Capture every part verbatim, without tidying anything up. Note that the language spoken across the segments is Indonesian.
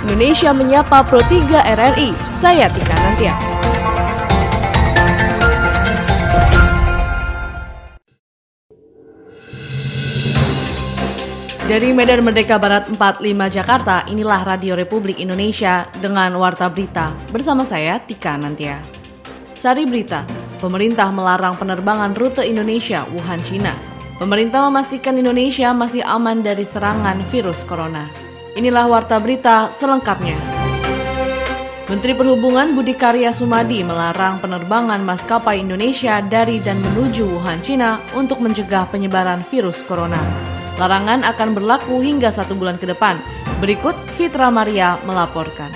Indonesia Menyapa Pro tiga R R I. Saya Tika Nantia. Dari Medan Merdeka Barat empat puluh lima Jakarta, inilah Radio Republik Indonesia dengan Warta Berita. Bersama saya Tika Nantia. Sari Berita, pemerintah melarang penerbangan rute Indonesia Wuhan, Cina. Pemerintah memastikan Indonesia masih aman dari serangan virus corona. Inilah Warta Berita selengkapnya. Menteri Perhubungan Budi Karya Sumadi melarang penerbangan maskapai Indonesia dari dan menuju Wuhan, Cina untuk mencegah penyebaran virus corona. Larangan akan berlaku hingga satu bulan ke depan. Berikut Fitra Maria melaporkan.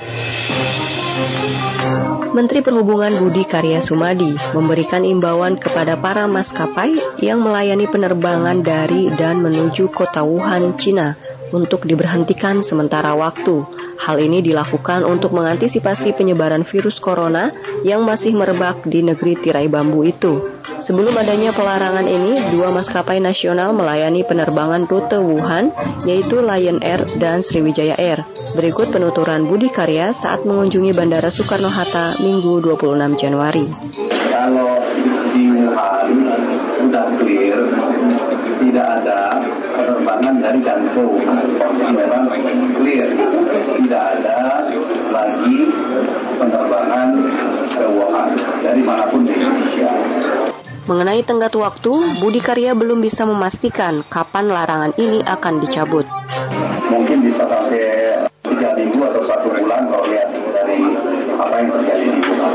Menteri Perhubungan Budi Karya Sumadi memberikan imbauan kepada para maskapai yang melayani penerbangan dari dan menuju kota Wuhan, Cina untuk diberhentikan sementara waktu. Hal ini dilakukan untuk mengantisipasi penyebaran virus corona yang masih merebak di negeri tirai bambu itu. Sebelum adanya pelarangan ini, dua maskapai nasional melayani penerbangan rute Wuhan, yaitu Lion Air dan Sriwijaya Air. Berikut penuturan Budi Karya saat mengunjungi Bandara Soekarno-Hatta Minggu dua puluh enam Januari. Kalau di Wuhan sudah clear, tidak ada penerbangan dari dan ke Wuhan. Memang clear, tidak ada lagi penerbangan ke Wuhan dari manapun di Indonesia. Mengenai tenggat waktu, Budi Karya belum bisa memastikan kapan larangan ini akan dicabut. Mungkin bisa sampai tiga minggu atau satu bulan kalau lihat dari apa yang terjadi di Wuhan.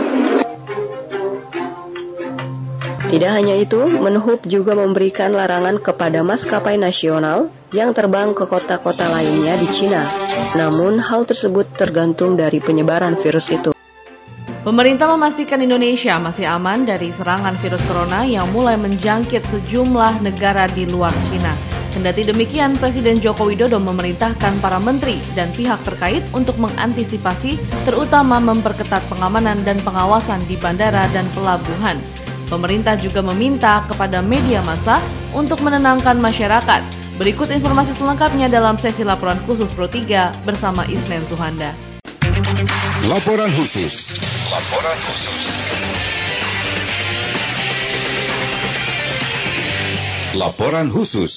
Tidak hanya itu, Menhub juga memberikan larangan kepada maskapai nasional yang terbang ke kota-kota lainnya di Cina. Namun, hal tersebut tergantung dari penyebaran virus itu. Pemerintah memastikan Indonesia masih aman dari serangan virus corona yang mulai menjangkit sejumlah negara di luar Cina. Kendati demikian, Presiden Joko Widodo memerintahkan para menteri dan pihak terkait untuk mengantisipasi, terutama memperketat pengamanan dan pengawasan di bandara dan pelabuhan. Pemerintah juga meminta kepada media massa untuk menenangkan masyarakat. Berikut informasi selengkapnya dalam sesi laporan khusus Pro tiga bersama Isnen Suhanda. Laporan khusus. Laporan khusus. Laporan khusus.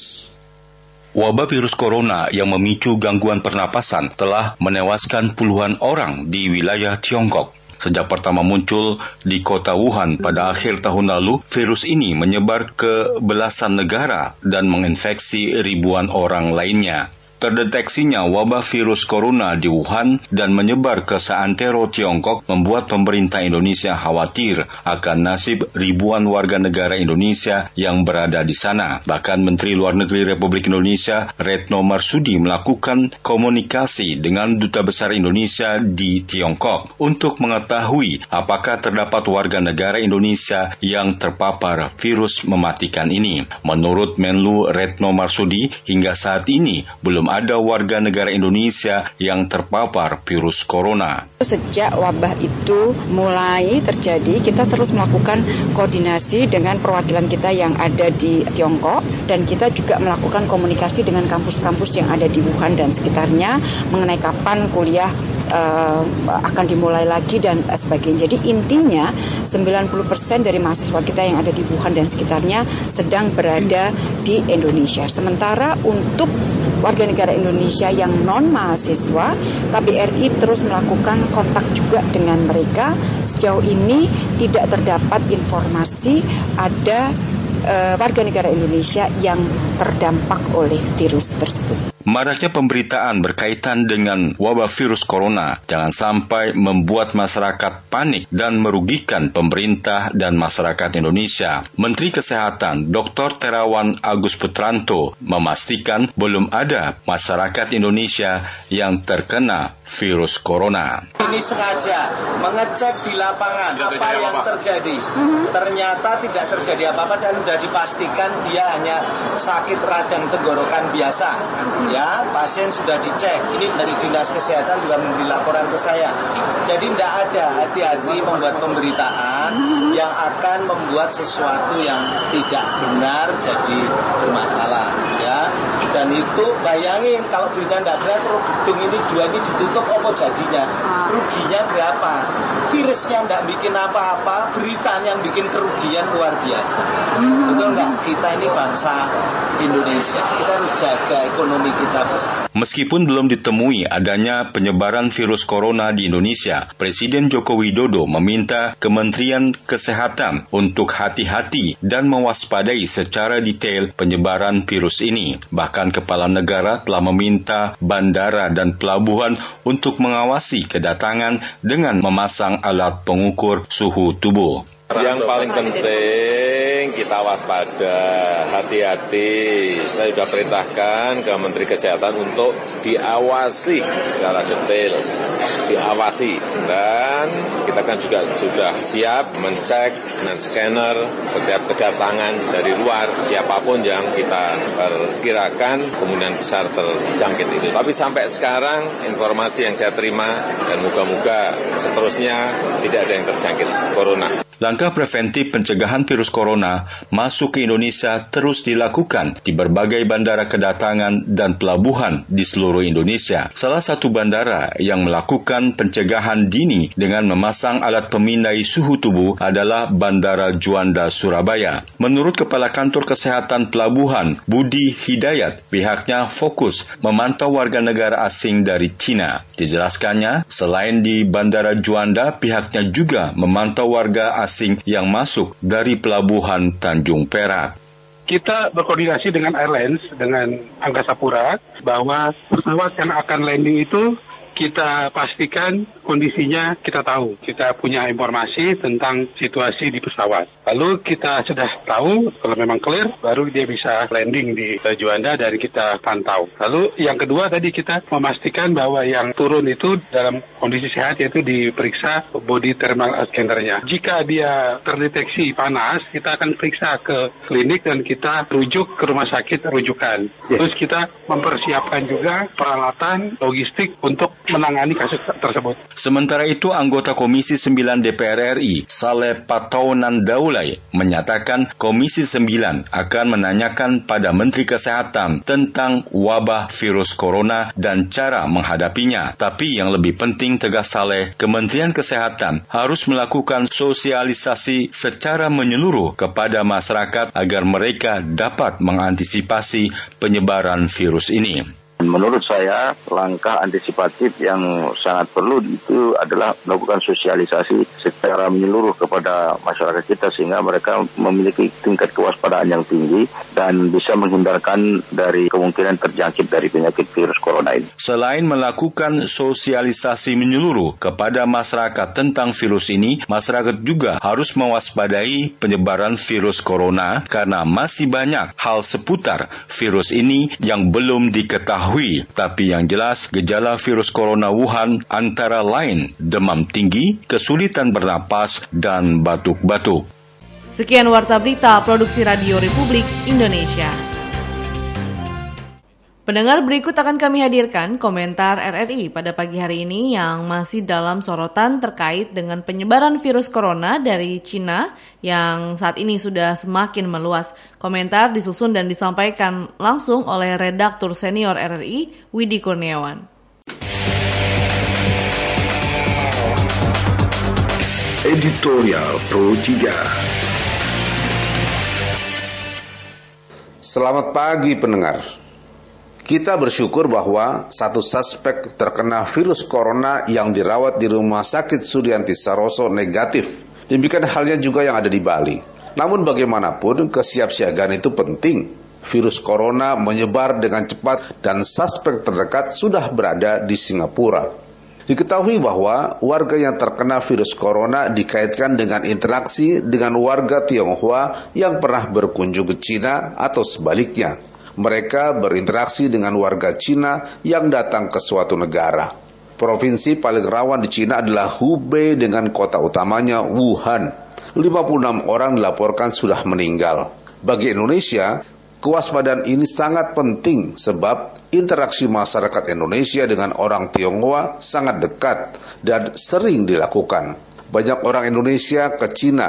Wabah virus corona yang memicu gangguan pernapasan telah menewaskan puluhan orang di wilayah Tiongkok. Sejak pertama muncul di kota Wuhan pada akhir tahun lalu, virus ini menyebar ke belasan negara dan menginfeksi ribuan orang lainnya. Terdeteksinya wabah virus corona di Wuhan dan menyebar ke seantero Tiongkok membuat pemerintah Indonesia khawatir akan nasib ribuan warga negara Indonesia yang berada di sana. Bahkan Menteri Luar Negeri Republik Indonesia Retno Marsudi melakukan komunikasi dengan Duta Besar Indonesia di Tiongkok untuk mengetahui apakah terdapat warga negara Indonesia yang terpapar virus mematikan ini. Menurut Menlu Retno Marsudi, hingga saat ini belum ada warga negara Indonesia yang terpapar virus corona. Sejak wabah itu mulai terjadi, kita terus melakukan koordinasi dengan perwakilan kita yang ada di Tiongkok, dan kita juga melakukan komunikasi dengan kampus-kampus yang ada di Wuhan dan sekitarnya mengenai kapan kuliah uh, akan dimulai lagi dan sebagainya. Jadi intinya sembilan puluh persen dari mahasiswa kita yang ada di Wuhan dan sekitarnya sedang berada di Indonesia. Sementara untuk warga negara Indonesia yang non-mahasiswa, K B R I terus melakukan kontak juga dengan mereka. Sejauh ini tidak terdapat informasi ada uh, warga negara Indonesia yang terdampak oleh virus tersebut. Maraknya pemberitaan berkaitan dengan wabah virus corona jangan sampai membuat masyarakat panik dan merugikan pemerintah dan masyarakat Indonesia. Menteri Kesehatan Doktor Terawan Agus Putranto memastikan belum ada masyarakat Indonesia yang terkena virus corona. Ini sengaja mengecek di lapangan apa yang terjadi. Ternyata tidak terjadi apa-apa dan sudah dipastikan dia hanya sakit radang tenggorokan biasa. Ya, pasien sudah dicek. Ini dari Dinas Kesehatan juga memberi laporan ke saya. Jadi tidak ada, hati-hati membuat pemberitaan yang akan membuat sesuatu yang tidak benar jadi bermasalah. Ya, dan Itu bayangin kalau berita tidak benar, terus gedung ini dua ini ditutup, apa jadinya? Ruginya berapa? Virusnya tidak bikin apa-apa, beritanya yang bikin kerugian luar biasa. Mm-hmm. Betul nggak? Kita ini bangsa Indonesia, kita harus jaga ekonomi kita bersama. Meskipun belum ditemui adanya penyebaran virus corona di Indonesia, Presiden Joko Widodo meminta Kementerian Kesehatan untuk hati-hati dan mewaspadai secara detail penyebaran virus ini. Bahkan Kepala Negara telah meminta bandara dan pelabuhan untuk mengawasi kedatangan dengan memasang alat pengukur suhu tubuh. Yang paling penting kita waspada, hati-hati. Saya sudah perintahkan ke Menteri Kesehatan untuk diawasi secara detail, diawasi. Dan kita kan juga sudah siap mencek dengan scanner setiap kedatangan dari luar, siapapun yang kita perkirakan kemungkinan besar terjangkit itu. Tapi sampai sekarang informasi yang saya terima dan moga-moga seterusnya tidak ada yang terjangkit corona. Langkah preventif pencegahan virus corona masuk ke Indonesia terus dilakukan di berbagai bandara kedatangan dan pelabuhan di seluruh Indonesia. Salah satu bandara yang melakukan pencegahan dini dengan memasang alat pemindai suhu tubuh adalah Bandara Juanda, Surabaya. Menurut Kepala Kantor Kesehatan Pelabuhan, Budi Hidayat, pihaknya fokus memantau warga negara asing dari Cina. Dijelaskannya, selain di Bandara Juanda, pihaknya juga memantau warga asing asing yang masuk dari pelabuhan Tanjung Perak. Kita berkoordinasi dengan airlines, dengan Angkasa Pura, bahwa pesawat yang akan landing itu kita pastikan kondisinya kita tahu. Kita punya informasi tentang situasi di pesawat. Lalu kita sudah tahu, kalau memang clear, baru dia bisa landing di Juanda dan kita pantau. Lalu yang kedua tadi kita memastikan bahwa yang turun itu dalam kondisi sehat, yaitu diperiksa body thermal scanner-nya. Jika dia terdeteksi panas, kita akan periksa ke klinik dan kita rujuk ke rumah sakit rujukan. Terus kita mempersiapkan juga peralatan logistik untuk menangani kasus tersebut. Sementara itu, anggota Komisi sembilan D P R R I, Saleh Pataunan Daulay, menyatakan Komisi sembilan akan menanyakan pada Menteri Kesehatan tentang wabah virus corona dan cara menghadapinya. Tapi yang lebih penting, tegas Saleh, Kementerian Kesehatan harus melakukan sosialisasi secara menyeluruh kepada masyarakat agar mereka dapat mengantisipasi penyebaran virus ini. Menurut saya, langkah antisipatif yang sangat perlu itu adalah melakukan sosialisasi secara menyeluruh kepada masyarakat kita sehingga mereka memiliki tingkat kewaspadaan yang tinggi dan bisa menghindarkan dari kemungkinan terjangkit dari penyakit virus corona ini. Selain melakukan sosialisasi menyeluruh kepada masyarakat tentang virus ini, masyarakat juga harus mewaspadai penyebaran virus corona karena masih banyak hal seputar virus ini yang belum diketahui. Tapi yang jelas, gejala virus corona Wuhan antara lain demam tinggi, kesulitan bernapas, dan batuk-batuk. Sekian Warta Berita Produksi Radio Republik Indonesia. Pendengar, berikut akan kami hadirkan komentar R R I pada pagi hari ini yang masih dalam sorotan terkait dengan penyebaran virus corona dari Cina yang saat ini sudah semakin meluas. Komentar disusun dan disampaikan langsung oleh redaktur senior R R I, Widi Kurniawan. Editorial Pro tiga. Selamat pagi pendengar. Kita bersyukur bahwa satu suspek terkena virus corona yang dirawat di Rumah Sakit Sulianti Saroso negatif. Demikian halnya juga yang ada di Bali. Namun bagaimanapun kesiapsiagaan itu penting. Virus corona menyebar dengan cepat dan suspek terdekat sudah berada di Singapura. Diketahui bahwa warga yang terkena virus corona dikaitkan dengan interaksi dengan warga Tionghoa yang pernah berkunjung ke Cina atau sebaliknya. Mereka berinteraksi dengan warga Cina yang datang ke suatu negara. Provinsi paling rawan di Cina adalah Hubei dengan kota utamanya Wuhan. lima puluh enam orang dilaporkan sudah meninggal. Bagi Indonesia, kewaspadaan ini sangat penting sebab interaksi masyarakat Indonesia dengan orang Tionghoa sangat dekat dan sering dilakukan. Banyak orang Indonesia ke Cina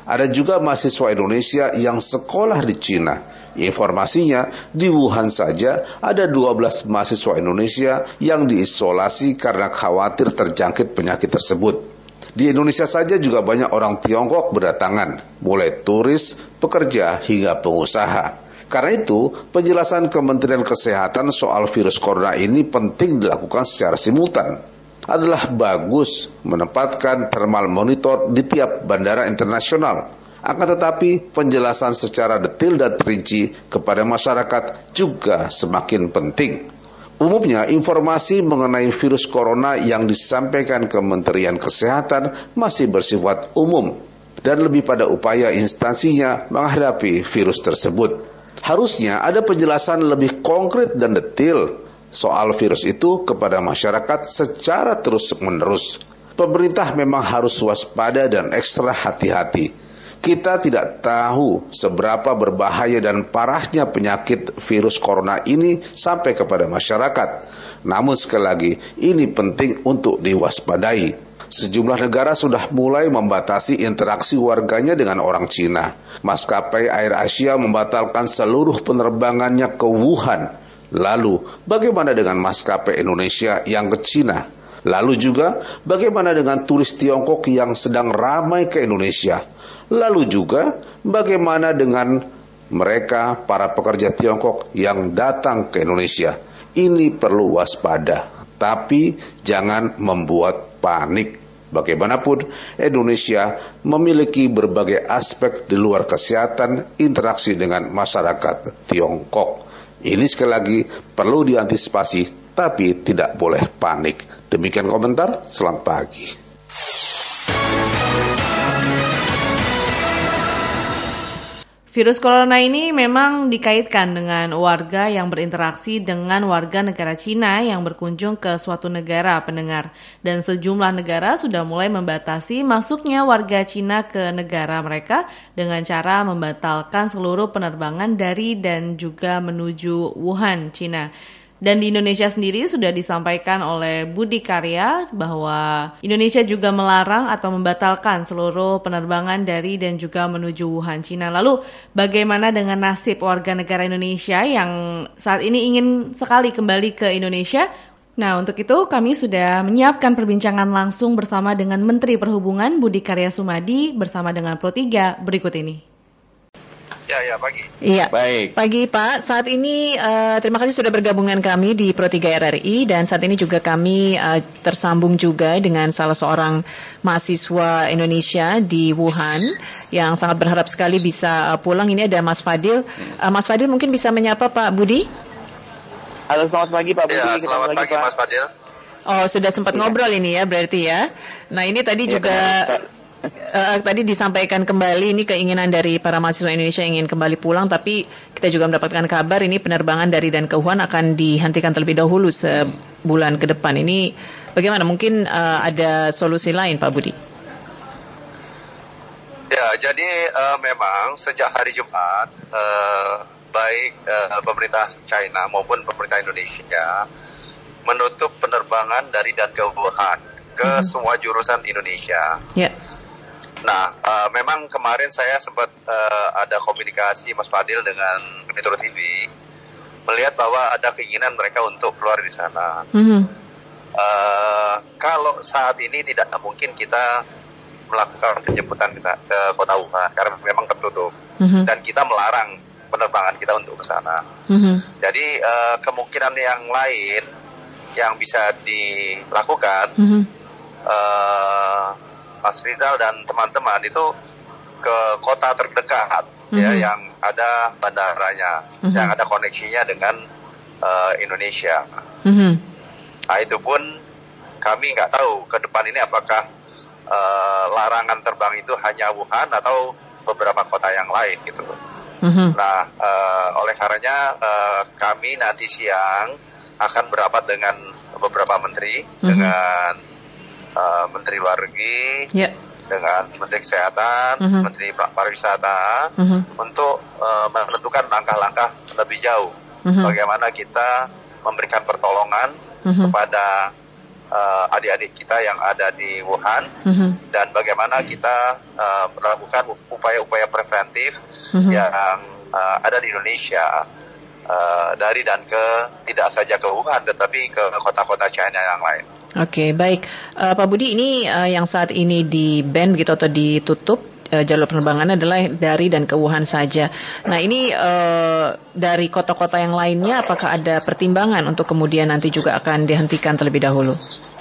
Ada juga mahasiswa Indonesia yang sekolah di Cina. Informasinya, di Wuhan saja ada dua belas mahasiswa Indonesia yang diisolasi karena khawatir terjangkit penyakit tersebut. Di Indonesia saja juga banyak orang Tiongkok berdatangan, mulai turis, pekerja, hingga pengusaha. Karena itu, penjelasan Kementerian Kesehatan soal virus corona ini penting dilakukan secara simultan. Adalah bagus menempatkan thermal monitor di tiap bandara internasional. Akan tetapi, penjelasan secara detail dan rinci kepada masyarakat juga semakin penting. Umumnya, informasi mengenai virus corona yang disampaikan Kementerian Kesehatan masih bersifat umum dan lebih pada upaya instansinya menghadapi virus tersebut. Harusnya ada penjelasan lebih konkret dan detail soal virus itu kepada masyarakat secara terus-menerus. Pemerintah memang harus waspada dan ekstra hati-hati. Kita tidak tahu seberapa berbahaya dan parahnya penyakit virus corona ini sampai kepada masyarakat. Namun sekali lagi, ini penting untuk diwaspadai. Sejumlah negara sudah mulai membatasi interaksi warganya dengan orang Cina. Maskapai AirAsia membatalkan seluruh penerbangannya ke Wuhan. Lalu, bagaimana dengan maskapai Indonesia yang ke Cina? Lalu juga, bagaimana dengan turis Tiongkok yang sedang ramai ke Indonesia? Lalu juga, bagaimana dengan mereka, para pekerja Tiongkok yang datang ke Indonesia? Ini perlu waspada, tapi jangan membuat panik. Bagaimanapun, Indonesia memiliki berbagai aspek di luar kesehatan interaksi dengan masyarakat Tiongkok. Ini sekali lagi perlu diantisipasi, tapi tidak boleh panik. Demikian komentar, selamat pagi. Virus corona ini memang dikaitkan dengan warga yang berinteraksi dengan warga negara Cina yang berkunjung ke suatu negara pendengar. Dan sejumlah negara sudah mulai membatasi masuknya warga Cina ke negara mereka dengan cara membatalkan seluruh penerbangan dari dan juga menuju Wuhan, Cina. Dan di Indonesia sendiri sudah disampaikan oleh Budi Karya bahwa Indonesia juga melarang atau membatalkan seluruh penerbangan dari dan juga menuju Wuhan, Cina. Lalu bagaimana dengan nasib warga negara Indonesia yang saat ini ingin sekali kembali ke Indonesia? Nah, untuk itu kami sudah menyiapkan perbincangan langsung bersama dengan Menteri Perhubungan Budi Karya Sumadi bersama dengan Pro tiga berikut ini. Ya, ya, pagi. Iya, baik. Pagi Pak, saat ini uh, terima kasih sudah bergabungan kami di Pro tiga R R I dan saat ini juga kami uh, tersambung juga dengan salah seorang mahasiswa Indonesia di Wuhan yang sangat berharap sekali bisa uh, pulang. Ini ada Mas Fadil. Uh, Mas Fadil mungkin bisa menyapa Pak Budi? Halo, selamat pagi Pak Budi. Ya, selamat pagi, pagi Mas Fadil. Oh, sudah sempat ya. Ngobrol ini ya berarti ya. Nah, ini tadi ya, juga... Uh, tadi disampaikan kembali ini keinginan dari para mahasiswa Indonesia yang ingin kembali pulang, tapi kita juga mendapatkan kabar ini penerbangan dari dan ke Wuhan akan dihentikan terlebih dahulu sebulan ke depan. Ini bagaimana? Mungkin uh, ada solusi lain Pak Budi? Ya, jadi uh, memang sejak hari Jumat uh, baik uh, pemerintah China maupun pemerintah Indonesia menutup penerbangan dari dan ke Wuhan ke mm-hmm. semua jurusan Indonesia. Ya. Yeah. Nah, uh, memang kemarin saya sempat uh, ada komunikasi Mas Fadil dengan Metro T V melihat bahwa ada keinginan mereka untuk keluar di sana. Mm-hmm. Uh, kalau saat ini tidak mungkin kita melakukan penjemputan kita ke kota Wuhan karena memang tertutup mm-hmm. dan kita melarang penerbangan kita untuk ke sana. Mm-hmm. Jadi uh, kemungkinan yang lain yang bisa dilakukan. Mm-hmm. Uh, Mas Rizal dan teman-teman itu ke kota terdekat mm-hmm. ya yang ada bandaranya, mm-hmm. yang ada koneksinya dengan uh, Indonesia. Mm-hmm. Nah itu pun kami nggak tahu ke depan ini apakah uh, larangan terbang itu hanya Wuhan atau beberapa kota yang lain gitu. Mm-hmm. Nah uh, oleh karenanya uh, kami nanti siang akan berapat dengan beberapa menteri mm-hmm. dengan Uh, Menteri Luar Negeri, yeah. dengan Menteri Kesehatan, uh-huh. Menteri Pariwisata, uh-huh. untuk uh, menentukan langkah-langkah lebih jauh, uh-huh. bagaimana kita memberikan pertolongan uh-huh. kepada uh, adik-adik kita yang ada di Wuhan, mm-hmm. dan bagaimana kita uh, melakukan upaya-upaya preventif mm-hmm. yang uh, ada di Indonesia uh, dari dan ke tidak saja ke Wuhan tetapi ke kota-kota China yang lain. Oke, okay, baik. Uh, Pak Budi, ini uh, yang saat ini di ban begitu atau ditutup uh, jalur penerbangan adalah dari dan ke Wuhan saja. Nah, ini uh, dari kota-kota yang lainnya apakah ada pertimbangan untuk kemudian nanti juga akan dihentikan terlebih dahulu?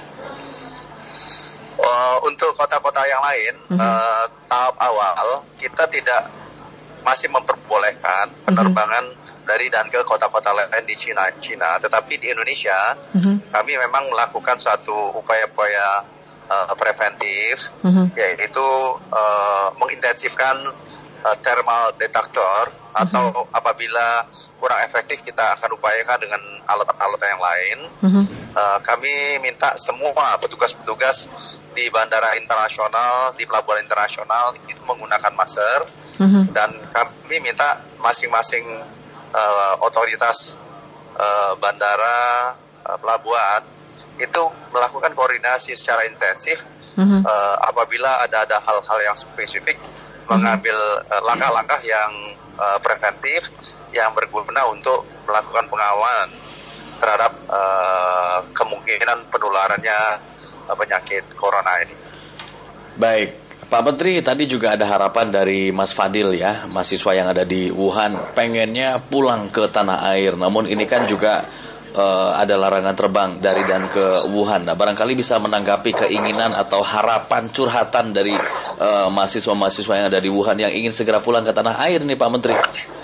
Uh, untuk kota-kota yang lain, mm-hmm. uh, tahap awal kita tidak masih memperbolehkan penerbangan mm-hmm. dari dan ke kota-kota lain di Cina, Cina. Tetapi di Indonesia, mm-hmm. kami memang melakukan suatu upaya-upaya uh, preventif, mm-hmm. yaitu uh, mengintensifkan uh, thermal detector, mm-hmm. atau apabila kurang efektif kita akan upayakan dengan alat-alat yang lain. Mm-hmm. Uh, kami minta semua petugas-petugas di bandara internasional, di pelabuhan internasional itu menggunakan masker, mm-hmm. dan kami minta masing-masing Uh, otoritas uh, bandara, uh, pelabuhan itu melakukan koordinasi secara intensif, mm-hmm. uh, apabila ada ada hal-hal yang spesifik, mm-hmm. mengambil uh, langkah-langkah yang uh, preventif yang berguna untuk melakukan pengawalan terhadap uh, kemungkinan penularannya uh, penyakit corona ini. Baik. Pak Menteri, tadi juga ada harapan dari Mas Fadil ya, mahasiswa yang ada di Wuhan, pengennya pulang ke tanah air. Namun ini kan juga uh, ada larangan terbang dari dan ke Wuhan. Nah, barangkali bisa menanggapi keinginan atau harapan curhatan dari uh, mahasiswa-mahasiswa yang ada di Wuhan yang ingin segera pulang ke tanah air nih Pak Menteri.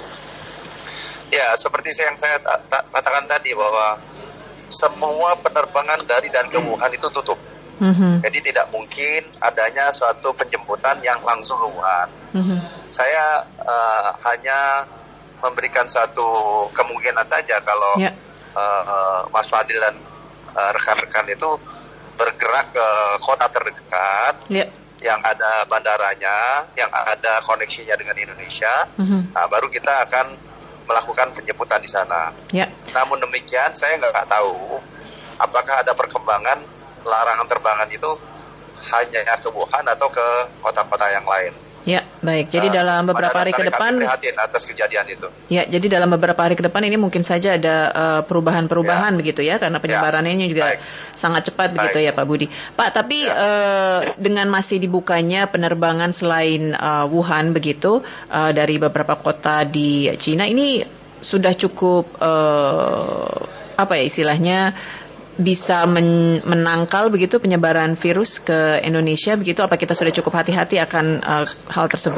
Ya, seperti yang saya katakan tadi bahwa semua penerbangan dari dan ke Wuhan itu tutup. Mm-hmm. Jadi tidak mungkin adanya suatu penjemputan yang langsung ke Wuhan. Mm-hmm. Saya uh, hanya memberikan suatu kemungkinan saja kalau yeah. uh, Mas Fadil dan uh, rekan-rekan itu bergerak ke kota terdekat yeah. yang ada bandaranya, yang ada koneksinya dengan Indonesia. Mm-hmm. Nah, baru kita akan melakukan penjemputan di sana. Yeah. Namun demikian, saya nggak tahu apakah ada perkembangan larangan terbangan itu hanya ke Wuhan atau ke kota-kota yang lain. Ya, baik. Jadi uh, dalam beberapa hari ke depan, prihatin atas kejadian itu. Ya, jadi dalam beberapa hari ke depan ini mungkin saja ada uh, perubahan-perubahan ya. begitu ya, karena penyebarannya ya. juga baik. sangat cepat baik. begitu ya, Pak Budi. Pak, tapi ya. uh, dengan masih dibukanya penerbangan selain uh, Wuhan begitu uh, dari beberapa kota di Cina, ini sudah cukup uh, apa ya istilahnya? bisa men- menangkal begitu penyebaran virus ke Indonesia begitu, apa kita sudah cukup hati-hati akan uh, hal tersebut?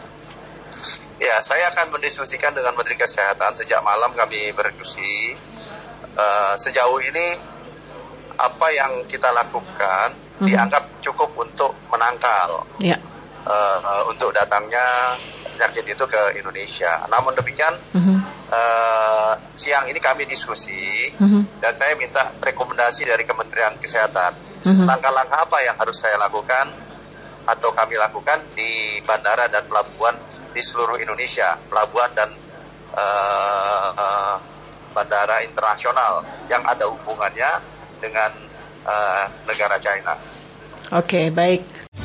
Ya, saya akan mendiskusikan dengan Menteri Kesehatan. Sejak malam kami berdiskusi uh, sejauh ini apa yang kita lakukan mm-hmm. dianggap cukup untuk menangkal yeah. uh, untuk datangnya penyakit itu ke Indonesia. Namun demikian mm-hmm. uh, siang ini kami diskusi mm-hmm. dan saya minta rekomendasi dari Kementerian Kesehatan. Mm-hmm. Langkah-langkah apa yang harus saya lakukan atau kami lakukan di bandara dan pelabuhan di seluruh Indonesia, pelabuhan dan uh, uh, bandara internasional yang ada hubungannya dengan uh, negara China. Oke, okay, baik.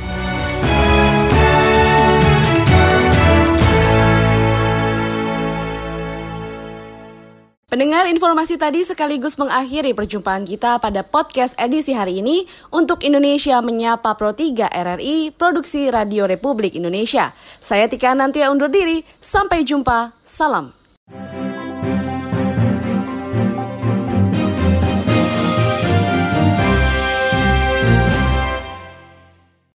Pendengar, informasi tadi sekaligus mengakhiri perjumpaan kita pada podcast edisi hari ini untuk Indonesia Menyapa Pro tiga R R I, Produksi Radio Republik Indonesia. Saya Tika Nantia undur diri, sampai jumpa, salam.